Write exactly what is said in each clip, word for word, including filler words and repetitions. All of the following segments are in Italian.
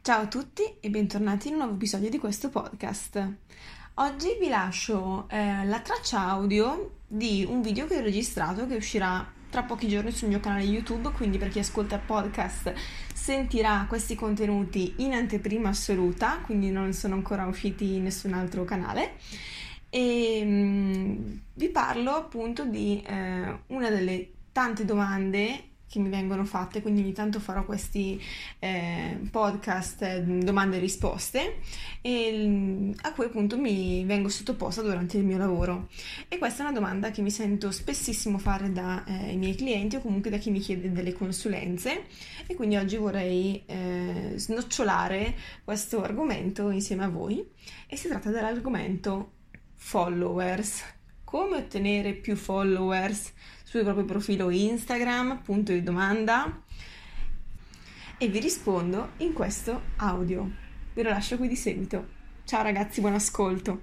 Ciao a tutti e bentornati in un nuovo episodio di questo podcast. Oggi vi lascio eh, la traccia audio di un video che ho registrato che uscirà tra pochi giorni sul mio canale YouTube, quindi per chi ascolta il podcast sentirà questi contenuti in anteprima assoluta, quindi non sono ancora usciti in nessun altro canale. E mh, vi parlo appunto di eh, una delle tante domande che mi vengono fatte, quindi ogni tanto farò questi eh, podcast, eh, domande e risposte, e a cui appunto mi vengo sottoposta durante il mio lavoro. E questa è una domanda che mi sento spessissimo fare dai eh, miei clienti o comunque da chi mi chiede delle consulenze, e quindi oggi vorrei eh, snocciolare questo argomento insieme a voi, e si tratta dell'argomento followers. Come ottenere più followers sul proprio profilo Instagram, punto di domanda, e vi rispondo in questo audio. Ve lo lascio qui di seguito. Ciao ragazzi, buon ascolto.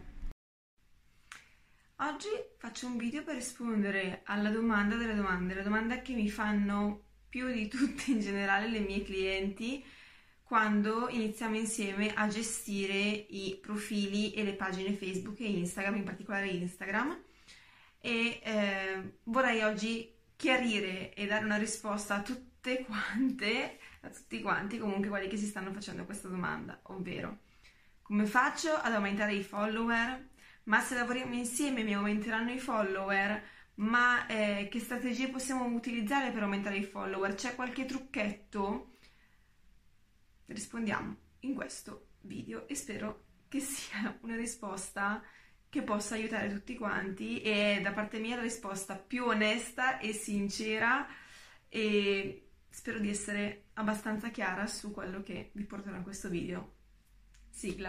Oggi faccio un video per rispondere alla domanda delle domande, la domanda che mi fanno più di tutte in generale le mie clienti quando iniziamo insieme a gestire i profili e le pagine Facebook e Instagram, in particolare Instagram. E eh, vorrei oggi chiarire e dare una risposta a tutte quante, a tutti quanti, comunque quelli che si stanno facendo questa domanda, ovvero: come faccio ad aumentare i follower? Ma se lavoriamo insieme mi aumenteranno i follower? Ma eh, che strategie possiamo utilizzare per aumentare i follower? C'è qualche trucchetto? Rispondiamo in questo video e spero che sia una risposta che possa aiutare tutti quanti, e da parte mia la risposta più onesta e sincera, e spero di essere abbastanza chiara su quello che vi porterò in questo video. Sigla.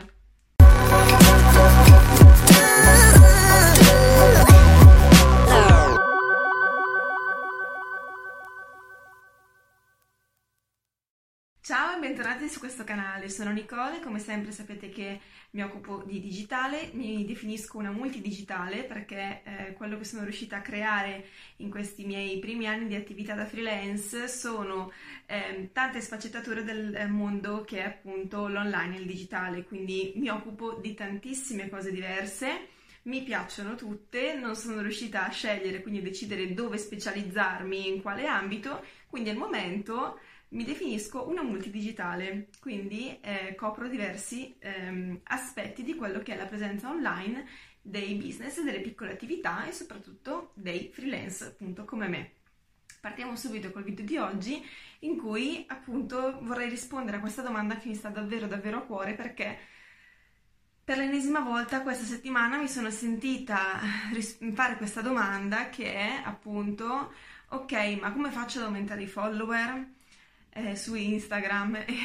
Ciao e bentornati su questo canale, sono Nicole. Come sempre sapete che mi occupo di digitale, mi definisco una multidigitale perché eh, quello che sono riuscita a creare in questi miei primi anni di attività da freelance sono eh, tante sfaccettature del mondo che è appunto l'online e il digitale, quindi mi occupo di tantissime cose diverse. Mi piacciono tutte, non sono riuscita a scegliere, quindi a decidere dove specializzarmi, in quale ambito, quindi al momento mi definisco una multidigitale, quindi eh, copro diversi ehm, aspetti di quello che è la presenza online dei business, delle piccole attività e soprattutto dei freelance, appunto come me. Partiamo subito col video di oggi, in cui appunto vorrei rispondere a questa domanda che mi sta davvero davvero a cuore, perché per l'ennesima volta questa settimana mi sono sentita fare questa domanda, che è appunto: ok, ma come faccio ad aumentare i follower Eh, su Instagram? E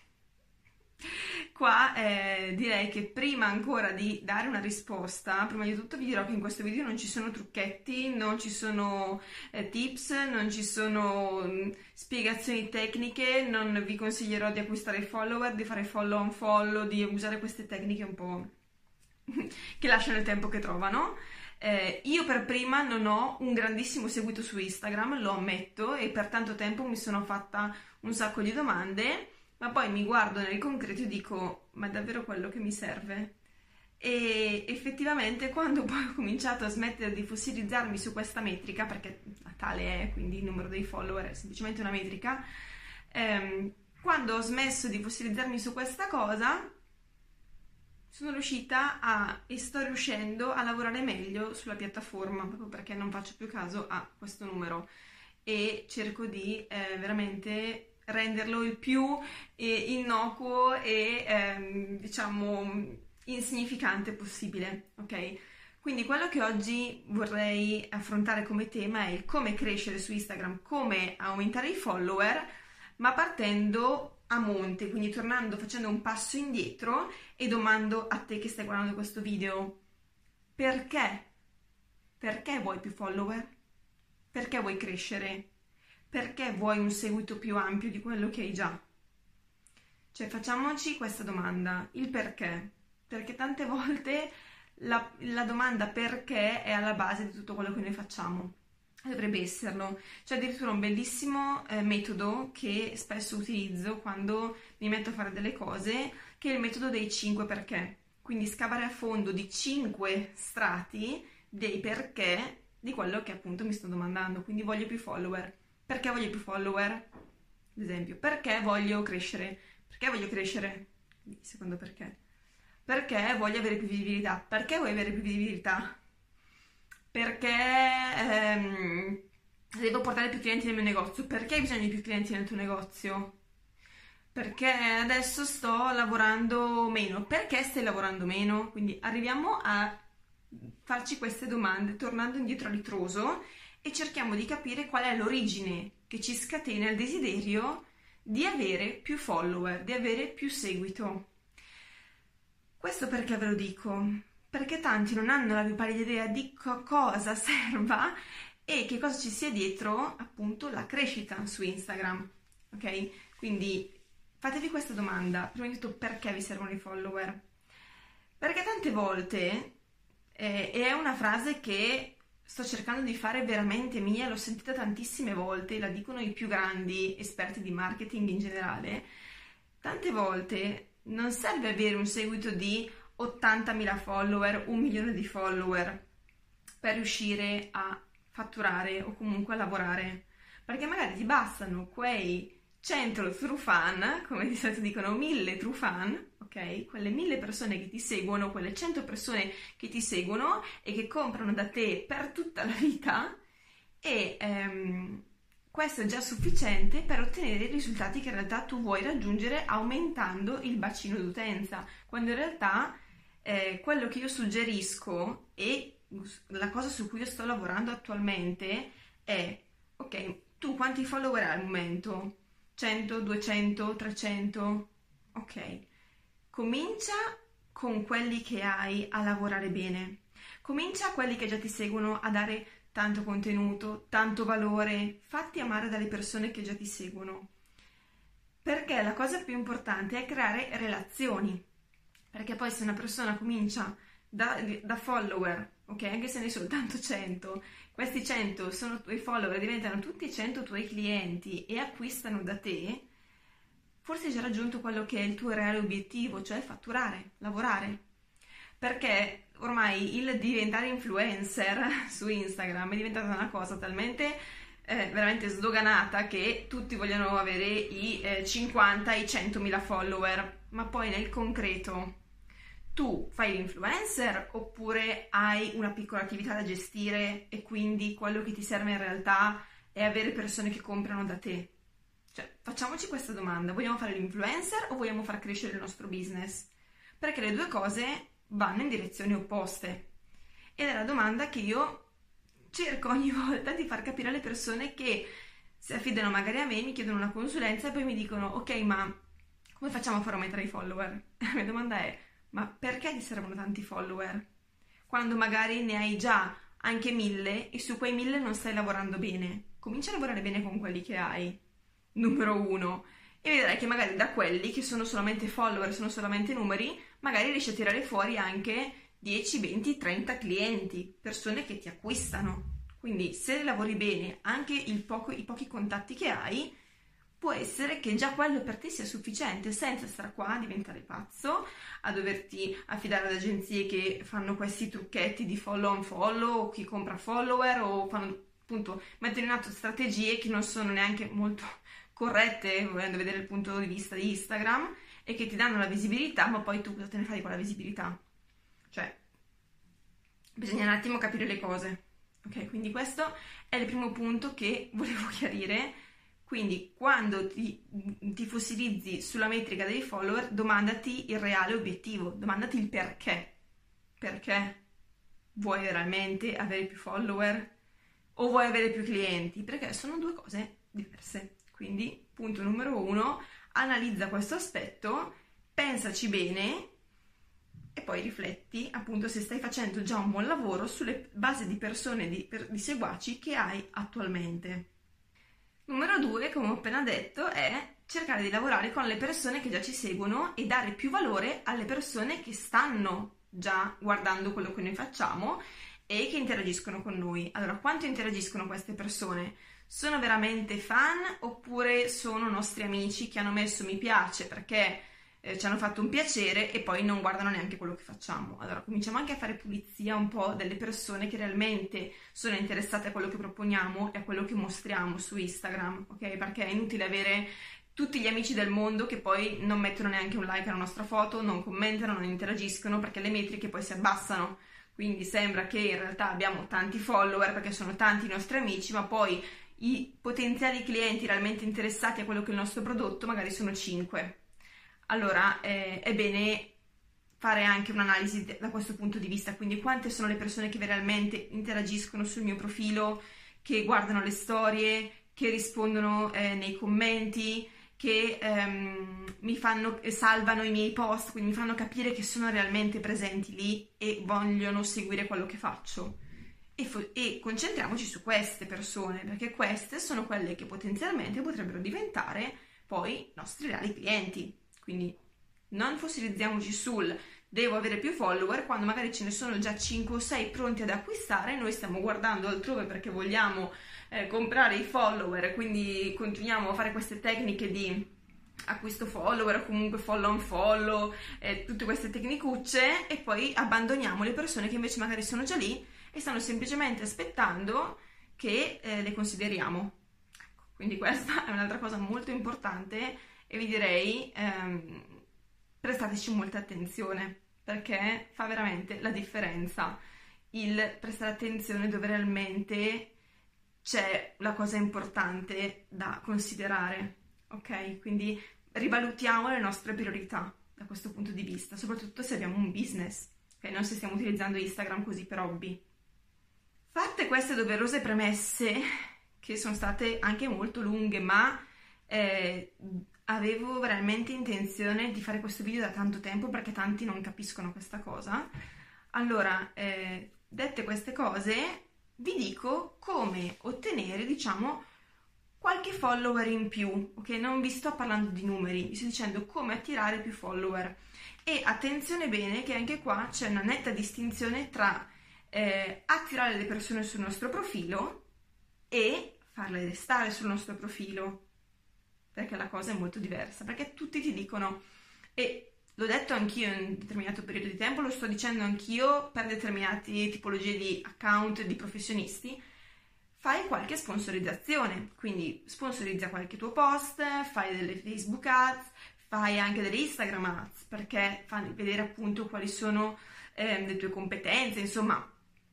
qua eh, direi che prima ancora di dare una risposta, prima di tutto vi dirò che in questo video non ci sono trucchetti, non ci sono eh, tips, non ci sono mh, spiegazioni tecniche, non vi consiglierò di acquistare follower, di fare follow on follow, di usare queste tecniche un po' che lasciano il tempo che trovano. Eh, io per prima non ho un grandissimo seguito su Instagram, lo ammetto, e per tanto tempo mi sono fatta un sacco di domande, ma poi mi guardo nel concreto e dico: ma è davvero quello che mi serve? E effettivamente quando poi ho cominciato a smettere di fossilizzarmi su questa metrica, perché tale è, quindi il numero dei follower è semplicemente una metrica, ehm, quando ho smesso di fossilizzarmi su questa cosa, sono riuscita a, e sto riuscendo a lavorare meglio sulla piattaforma, proprio perché non faccio più caso a questo numero e cerco di eh, veramente renderlo il più eh, innocuo e ehm, diciamo insignificante possibile, ok? Quindi quello che oggi vorrei affrontare come tema è il come crescere su Instagram, come aumentare i follower, ma partendo a monte, quindi tornando, facendo un passo indietro, e domando a te che stai guardando questo video: perché? Perché vuoi più follower? Perché vuoi crescere? Perché vuoi un seguito più ampio di quello che hai già? Cioè, facciamoci questa domanda, il perché, perché tante volte la, la domanda perché è alla base di tutto quello che noi facciamo. dovrebbe esserlo. C'è addirittura un bellissimo eh, metodo che spesso utilizzo quando mi metto a fare delle cose, che è il metodo dei cinque perché. Quindi scavare a fondo di cinque strati dei perché di quello che appunto mi sto domandando. Quindi voglio più follower. Perché voglio più follower? Ad esempio, perché voglio crescere? Perché voglio crescere? Secondo perché. Perché voglio avere più visibilità? Perché vuoi avere più visibilità? Perché ehm, devo portare più clienti nel mio negozio. Perché hai bisogno di più clienti nel tuo negozio? Perché adesso sto lavorando meno. Perché stai lavorando meno? Quindi arriviamo a farci queste domande tornando indietro a ritroso e cerchiamo di capire qual è l'origine che ci scatena il desiderio di avere più follower, di avere più seguito. Questo perché ve lo dico? Perché tanti non hanno la più pallida idea di co- cosa serva e che cosa ci sia dietro appunto la crescita su Instagram, ok? Quindi fatevi questa domanda, prima di tutto perché vi servono i follower? Perché tante volte, eh, e è una frase che sto cercando di fare veramente mia, l'ho sentita tantissime volte, la dicono i più grandi esperti di marketing in generale, tante volte non serve avere un seguito di ottantamila follower, un milione di follower per riuscire a fatturare o comunque a lavorare, perché magari ti bastano quei cento true fan, come di solito dicono mille true fan, ok? Quelle mille persone che ti seguono, quelle cento persone che ti seguono e che comprano da te per tutta la vita e ehm, questo è già sufficiente per ottenere i risultati che in realtà tu vuoi raggiungere aumentando il bacino d'utenza, quando in realtà eh, quello che io suggerisco e la cosa su cui io sto lavorando attualmente è, ok, tu quanti follower hai al momento? cento, duecento, trecento? Ok, comincia con quelli che hai a lavorare bene, comincia quelli che già ti seguono a dare tanto contenuto, tanto valore, fatti amare dalle persone che già ti seguono. Perché la cosa più importante è creare relazioni. Perché poi se una persona comincia da, da follower, ok, anche se ne hai soltanto cento, questi cento sono tuoi follower, diventano tutti cento tuoi clienti e acquistano da te, forse hai già raggiunto quello che è il tuo reale obiettivo, cioè fatturare, lavorare. Perché ormai il diventare influencer su Instagram è diventata una cosa talmente eh, veramente sdoganata che tutti vogliono avere i eh, cinquanta, i centomila follower, ma poi nel concreto tu fai l'influencer oppure hai una piccola attività da gestire e quindi quello che ti serve in realtà è avere persone che comprano da te? Cioè, facciamoci questa domanda: vogliamo fare l'influencer o vogliamo far crescere il nostro business? Perché le due cose vanno in direzioni opposte ed è la domanda che io cerco ogni volta di far capire alle persone che si affidano magari a me, mi chiedono una consulenza e poi mi dicono ok, ma come facciamo a far aumentare i follower? La mia domanda è: ma perché ti servono tanti follower? Quando magari ne hai già anche mille e su quei mille non stai lavorando bene. Comincia a lavorare bene con quelli che hai, numero uno, e vedrai che magari da quelli che sono solamente follower, sono solamente numeri, magari riesci a tirare fuori anche dieci, venti, trenta clienti, persone che ti acquistano. Quindi se lavori bene anche il poco, i pochi contatti che hai, può essere che già quello per te sia sufficiente, senza stare qua a diventare pazzo, a doverti affidare ad agenzie che fanno questi trucchetti di follow on follow, o chi compra follower, o fanno appunto mettono in atto strategie che non sono neanche molto corrette, volendo vedere il punto di vista di Instagram, e che ti danno la visibilità, ma poi tu cosa te ne fai di quella visibilità? Cioè, bisogna un attimo capire le cose. Ok, quindi questo è il primo punto che volevo chiarire. Quindi quando ti, ti fossilizzi sulla metrica dei follower, domandati il reale obiettivo, domandati il perché. Perché vuoi veramente avere più follower o vuoi avere più clienti? Perché sono due cose diverse. Quindi, punto numero uno, analizza questo aspetto, pensaci bene e poi rifletti appunto se stai facendo già un buon lavoro sulle basi di persone, di, di seguaci che hai attualmente. Numero due, come ho appena detto, è cercare di lavorare con le persone che già ci seguono e dare più valore alle persone che stanno già guardando quello che noi facciamo e che interagiscono con noi. Allora, quanto interagiscono queste persone? Sono veramente fan oppure sono nostri amici che hanno messo mi piace perché eh, ci hanno fatto un piacere e poi non guardano neanche quello che facciamo? Allora, cominciamo anche a fare pulizia un po' delle persone che realmente sono interessate a quello che proponiamo e a quello che mostriamo su Instagram, ok? Perché è inutile avere tutti gli amici del mondo che poi non mettono neanche un like alla nostra foto, non commentano, non interagiscono perché le metriche poi si abbassano. Quindi sembra che in realtà abbiamo tanti follower perché sono tanti i nostri amici, ma poi i potenziali clienti realmente interessati a quello che è il nostro prodotto magari sono cinque. Allora eh, è bene fare anche un'analisi da questo punto di vista, quindi quante sono le persone che realmente interagiscono sul mio profilo, che guardano le storie, che rispondono eh, nei commenti, che ehm, mi fanno, salvano i miei post, quindi mi fanno capire che sono realmente presenti lì e vogliono seguire quello che faccio. E, fo- e concentriamoci su queste persone, perché queste sono quelle che potenzialmente potrebbero diventare poi nostri reali clienti. Quindi non fossilizziamoci sul devo avere più follower quando magari ce ne sono già cinque o sei pronti ad acquistare, noi stiamo guardando altrove perché vogliamo eh, comprare i follower, quindi continuiamo a fare queste tecniche di acquisto follower o comunque follow on follow, eh, tutte queste tecnicucce, e poi abbandoniamo le persone che invece magari sono già lì e stanno semplicemente aspettando che eh, le consideriamo. Ecco, quindi questa è un'altra cosa molto importante e vi direi ehm, prestateci molta attenzione perché fa veramente la differenza il prestare attenzione dove realmente c'è la cosa importante da considerare, ok? Quindi rivalutiamo le nostre priorità da questo punto di vista, soprattutto se abbiamo un business, ok? Non se stiamo utilizzando Instagram così per hobby. Fatte queste doverose premesse, che sono state anche molto lunghe, ma eh, avevo veramente intenzione di fare questo video da tanto tempo perché tanti non capiscono questa cosa. Allora, eh, dette queste cose, vi dico come ottenere, diciamo, qualche follower in più, ok? Non vi sto parlando di numeri, vi sto dicendo come attirare più follower. E attenzione bene che anche qua c'è una netta distinzione tra eh, attirare le persone sul nostro profilo e farle restare sul nostro profilo, perché la cosa è molto diversa, perché tutti ti dicono, e l'ho detto anch'io in un determinato periodo di tempo, lo sto dicendo anch'io per determinate tipologie di account di professionisti, fai qualche sponsorizzazione, quindi sponsorizza qualche tuo post, fai delle Facebook ads, fai anche delle Instagram ads, perché fanno vedere appunto quali sono eh, le tue competenze, insomma,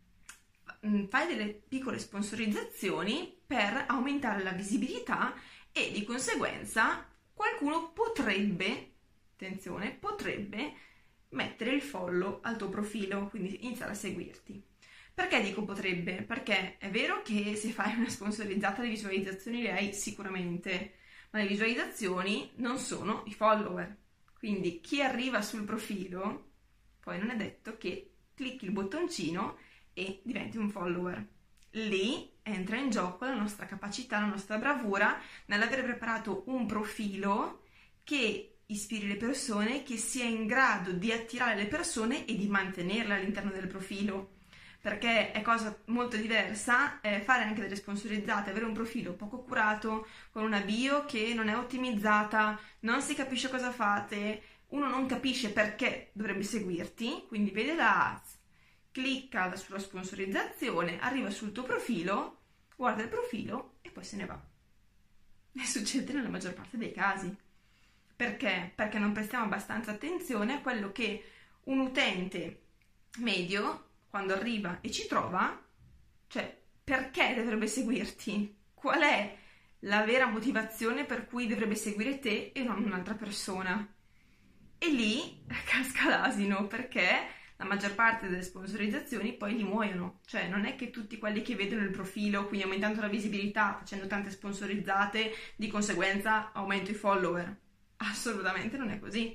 fai delle piccole sponsorizzazioni per aumentare la visibilità e di conseguenza qualcuno potrebbe, attenzione, potrebbe mettere il follow al tuo profilo, quindi iniziare a seguirti. Perché dico potrebbe? Perché è vero che se fai una sponsorizzata le visualizzazioni le hai sicuramente, ma le visualizzazioni non sono i follower. Quindi chi arriva sul profilo poi non è detto che clicchi il bottoncino e diventi un follower. Lì entra in gioco la nostra capacità, la nostra bravura nell'aver preparato un profilo che ispiri le persone, che sia in grado di attirare le persone e di mantenerle all'interno del profilo. Perché è cosa molto diversa eh, fare anche delle sponsorizzate, avere un profilo poco curato, con una bio che non è ottimizzata, non si capisce cosa fate, uno non capisce perché dovrebbe seguirti, quindi vede la ads, clicca sulla sponsorizzazione, arriva sul tuo profilo, guarda il profilo e poi se ne va. E succede nella maggior parte dei casi. Perché? Perché non prestiamo abbastanza attenzione a quello che un utente medio, quando arriva e ci trova, cioè perché dovrebbe seguirti? Qual è la vera motivazione per cui dovrebbe seguire te e non un'altra persona? E lì casca l'asino, perché la maggior parte delle sponsorizzazioni poi li muoiono. Cioè non è che tutti quelli che vedono il profilo, quindi aumentando la visibilità, facendo tante sponsorizzate, di conseguenza aumento i follower. Assolutamente non è così.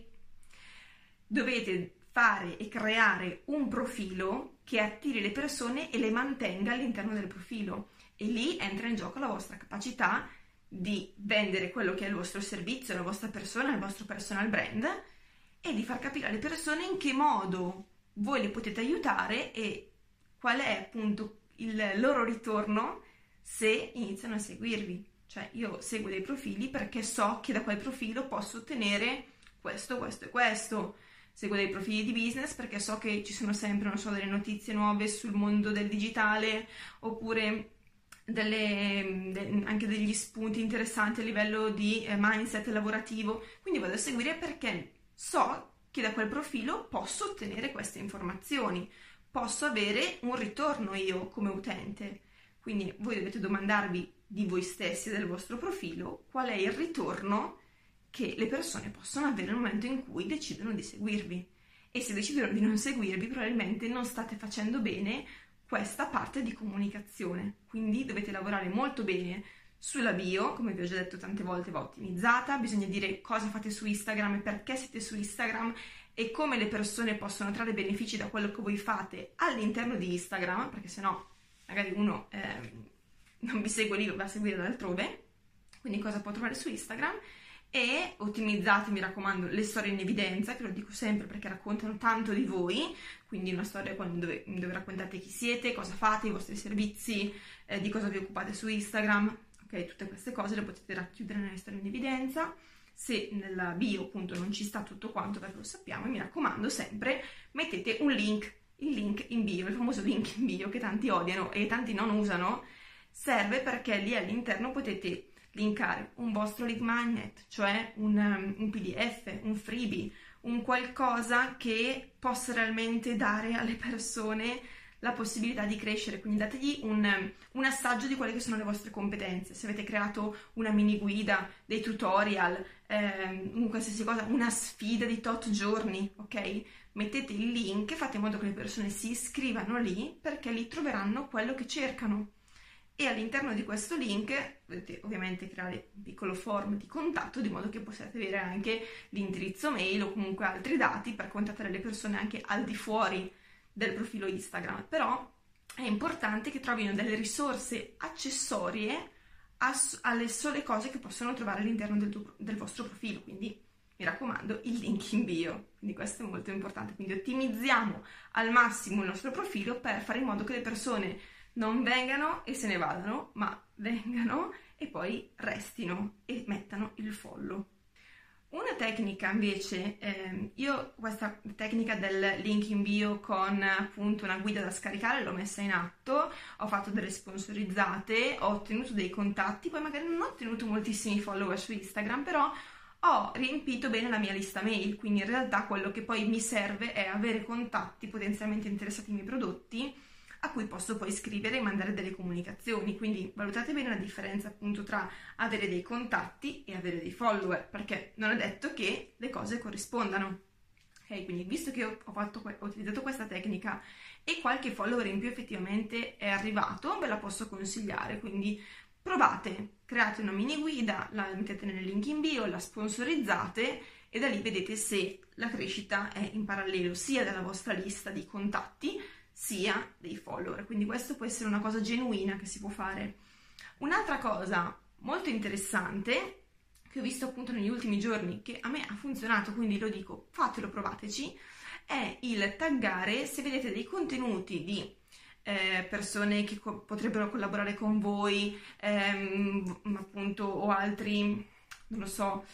Dovete fare e creare un profilo che attiri le persone e le mantenga all'interno del profilo, e lì entra in gioco la vostra capacità di vendere quello che è il vostro servizio, la vostra persona, il vostro personal brand, e di far capire alle persone in che modo voi le potete aiutare e qual è appunto il loro ritorno se iniziano a seguirvi. Cioè io seguo dei profili perché so che da quel profilo posso ottenere questo, questo e questo. Seguo dei profili di business perché so che ci sono sempre, non so, delle notizie nuove sul mondo del digitale, oppure delle, de, anche degli spunti interessanti a livello di eh, mindset lavorativo. Quindi vado a seguire perché so che da quel profilo posso ottenere queste informazioni, posso avere un ritorno io come utente. Quindi voi dovete domandarvi di voi stessi, del vostro profilo, qual è il ritorno che le persone possono avere nel momento in cui decidono di seguirvi. E se decidono di non seguirvi, probabilmente non state facendo bene questa parte di comunicazione. Quindi dovete lavorare molto bene sulla bio, come vi ho già detto tante volte, va ottimizzata. Bisogna dire cosa fate su Instagram e perché siete su Instagram e come le persone possono trarre benefici da quello che voi fate all'interno di Instagram, perché sennò magari uno eh, non vi segue lì, va a seguire da altrove. Quindi cosa può trovare su Instagram. E ottimizzate, mi raccomando, le storie in evidenza, che lo dico sempre perché raccontano tanto di voi, quindi una storia dove, dove raccontate chi siete, cosa fate, i vostri servizi, eh, di cosa vi occupate su Instagram, ok? Tutte queste cose le potete racchiudere nelle storie in evidenza. Se nella bio appunto non ci sta tutto quanto, perché lo sappiamo, mi raccomando sempre mettete un link, il link in bio, il famoso link in bio che tanti odiano e tanti non usano, serve perché lì all'interno potete linkare un vostro lead magnet, cioè un, um, un P D F, un freebie, un qualcosa che possa realmente dare alle persone la possibilità di crescere. Quindi dategli un, un assaggio di quelle che sono le vostre competenze. Se avete creato una mini guida, dei tutorial, ehm, un qualsiasi cosa, una sfida di tot giorni, ok? Mettete il link e fate in modo che le persone si iscrivano lì, perché lì troveranno quello che cercano. E all'interno di questo link potete ovviamente creare un piccolo form di contatto, di modo che possiate avere anche l'indirizzo mail o comunque altri dati per contattare le persone anche al di fuori del profilo Instagram. Però è importante che trovino delle risorse accessorie ass- alle sole cose che possono trovare all'interno del, tuo, del vostro profilo. Quindi mi raccomando, il link in bio. Quindi questo è molto importante. Quindi ottimizziamo al massimo il nostro profilo per fare in modo che le persone non vengano e se ne vadano, ma vengano e poi restino e mettano il follow. Una tecnica invece, eh, io questa tecnica del link in bio con appunto una guida da scaricare l'ho messa in atto, ho fatto delle sponsorizzate, ho ottenuto dei contatti, poi magari non ho ottenuto moltissimi follower su Instagram, però ho riempito bene la mia lista mail, quindi in realtà quello che poi mi serve è avere contatti potenzialmente interessati ai miei prodotti, a cui posso poi scrivere e mandare delle comunicazioni. Quindi valutate bene la differenza appunto tra avere dei contatti e avere dei follower, perché non è detto che le cose corrispondano. Ok, quindi visto che ho, fatto, ho utilizzato questa tecnica e qualche follower in più effettivamente è arrivato, ve la posso consigliare. Quindi provate, create una mini guida, la mettete nel link in bio, la sponsorizzate e da lì vedete se la crescita è in parallelo sia della vostra lista di contatti sia dei follower. Quindi questo può essere una cosa genuina che si può fare. Un'altra cosa molto interessante che ho visto appunto negli ultimi giorni, che a me ha funzionato, quindi lo dico, fatelo, provateci, è il taggare, se vedete dei contenuti di eh, persone che co- potrebbero collaborare con voi, ehm, appunto, o altri, non lo so,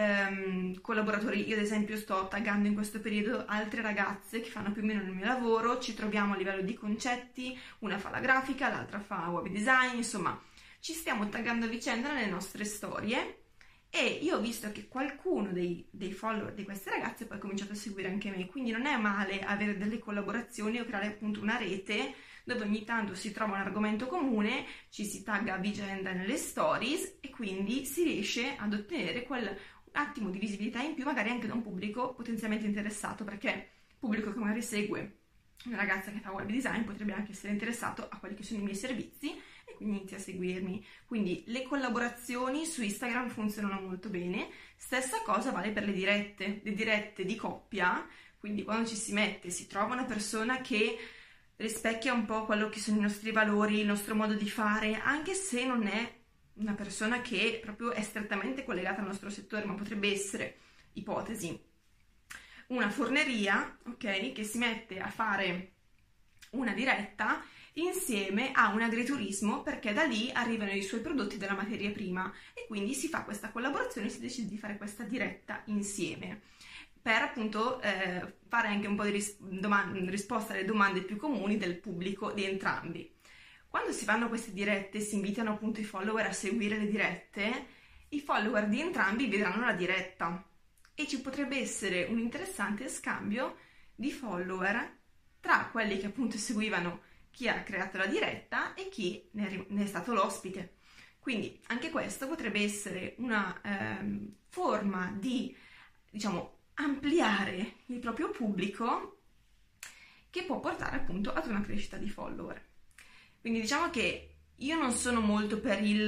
Um, collaboratori. Io ad esempio sto taggando in questo periodo altre ragazze che fanno più o meno il mio lavoro, ci troviamo a livello di concetti, una fa la grafica, l'altra fa web design, insomma ci stiamo taggando a vicenda nelle nostre storie e io ho visto che qualcuno dei, dei follower di queste ragazze poi ha cominciato a seguire anche me, quindi non è male avere delle collaborazioni o creare appunto una rete dove ogni tanto si trova un argomento comune, ci si tagga a vicenda nelle stories e quindi si riesce ad ottenere quel attimo di visibilità in più, magari anche da un pubblico potenzialmente interessato, perché il pubblico che magari segue una ragazza che fa web design potrebbe anche essere interessato a quelli che sono i miei servizi e quindi inizia a seguirmi. Quindi le collaborazioni su Instagram funzionano molto bene. Stessa cosa vale per le dirette, le dirette di coppia, quindi quando ci si mette, si trova una persona che rispecchia un po' quello che sono i nostri valori, il nostro modo di fare, anche se non è una persona che proprio è strettamente collegata al nostro settore, ma potrebbe essere, ipotesi, una forneria, ok, che si mette a fare una diretta insieme a un agriturismo, perché da lì arrivano i suoi prodotti della materia prima e quindi si fa questa collaborazione, si decide di fare questa diretta insieme per appunto eh, fare anche un po' di ris- doman- risposta alle domande più comuni del pubblico di entrambi. Quando si fanno queste dirette, si invitano appunto i follower a seguire le dirette, i follower di entrambi vedranno la diretta e ci potrebbe essere un interessante scambio di follower tra quelli che appunto seguivano chi ha creato la diretta e chi ne è, ne è stato l'ospite. Quindi anche questo potrebbe essere una ehm, forma di, diciamo, ampliare il proprio pubblico che può portare appunto ad una crescita di follower. Quindi diciamo che io non sono molto per il,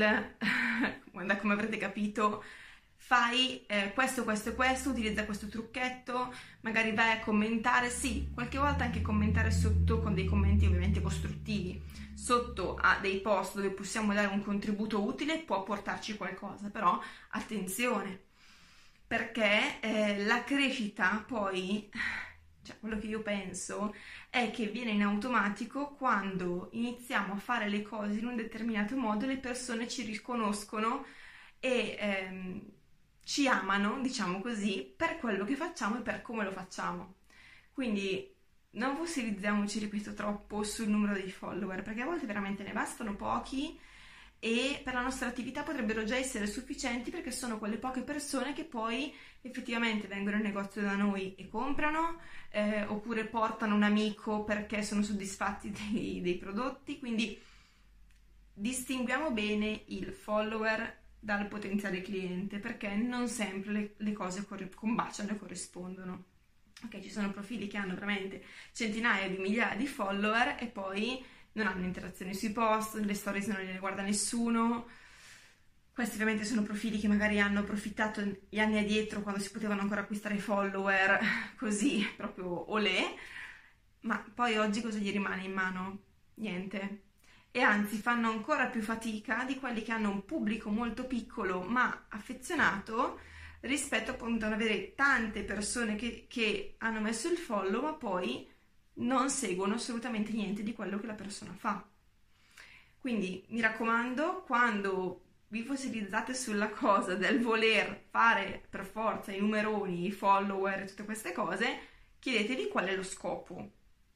da come avrete capito, fai eh, questo, questo e questo, utilizza questo trucchetto, magari vai a commentare, sì, qualche volta anche commentare sotto con dei commenti ovviamente costruttivi, sotto a dei post dove possiamo dare un contributo utile può portarci qualcosa, però attenzione, perché eh, la crescita poi, cioè quello che io penso è che viene in automatico quando iniziamo a fare le cose in un determinato modo, le persone ci riconoscono e ehm, ci amano, diciamo così, per quello che facciamo e per come lo facciamo. Quindi non fossilizziamoci, ripeto, troppo sul numero dei follower, perché a volte veramente ne bastano pochi e per la nostra attività potrebbero già essere sufficienti, perché sono quelle poche persone che poi effettivamente vengono in negozio da noi e comprano, eh, oppure portano un amico perché sono soddisfatti dei, dei prodotti. Quindi distinguiamo bene il follower dal potenziale cliente, perché non sempre le, le cose corri- combaciano e corrispondono. Ok, ci sono profili che hanno veramente centinaia di migliaia di follower e poi non hanno interazioni sui post, le stories non le guarda nessuno. Questi ovviamente sono profili che magari hanno approfittato gli anni addietro, quando si potevano ancora acquistare follower così, proprio olè, ma poi oggi cosa gli rimane in mano? Niente. E anzi fanno ancora più fatica di quelli che hanno un pubblico molto piccolo ma affezionato, rispetto appunto ad avere tante persone che, che hanno messo il follow ma poi non seguono assolutamente niente di quello che la persona fa. Quindi mi raccomando, quando vi fossilizzate sulla cosa del voler fare per forza i numeroni, i follower e tutte queste cose, chiedetevi qual è lo scopo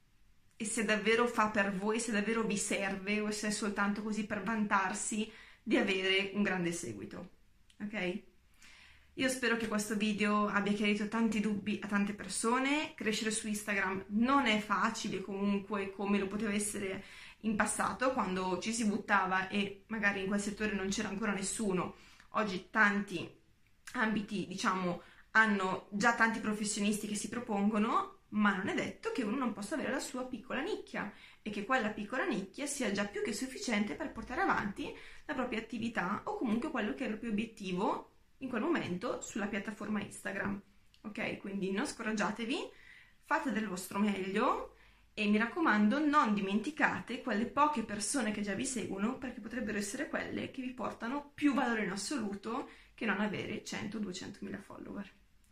e se davvero fa per voi, se davvero vi serve o se è soltanto così per vantarsi di avere un grande seguito. Ok? Io spero che questo video abbia chiarito tanti dubbi a tante persone. Crescere su Instagram non è facile comunque come lo poteva essere in passato, quando ci si buttava e magari in quel settore non c'era ancora nessuno. Oggi tanti ambiti, diciamo, hanno già tanti professionisti che si propongono, ma non è detto che uno non possa avere la sua piccola nicchia e che quella piccola nicchia sia già più che sufficiente per portare avanti la propria attività o comunque quello che è il proprio obiettivo in quel momento sulla piattaforma Instagram. Ok? Quindi non scoraggiatevi, fate del vostro meglio e mi raccomando non dimenticate quelle poche persone che già vi seguono, perché potrebbero essere quelle che vi portano più valore in assoluto che non avere cento duecento mila follower.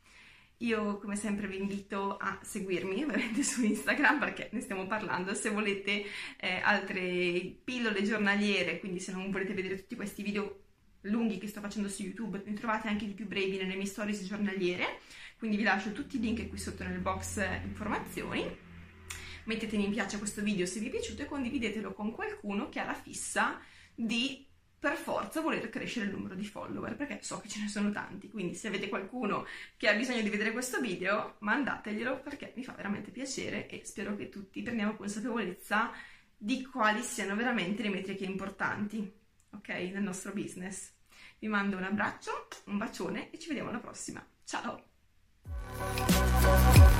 Io come sempre vi invito a seguirmi ovviamente su Instagram, perché ne stiamo parlando. Se volete eh, altre pillole giornaliere, quindi se non volete vedere tutti questi video lunghi che sto facendo su YouTube, ne trovate anche di più brevi nelle mie stories giornaliere, quindi vi lascio tutti i link qui sotto nel box informazioni. Mettete mi piace a questo video se vi è piaciuto e condividetelo con qualcuno che ha la fissa di per forza voler crescere il numero di follower, perché so che ce ne sono tanti. Quindi se avete qualcuno che ha bisogno di vedere questo video, mandateglielo, perché mi fa veramente piacere e spero che tutti prendiamo consapevolezza di quali siano veramente le metriche importanti, ok, nel nostro business. Vi mando un abbraccio, un bacione e ci vediamo alla prossima. Ciao!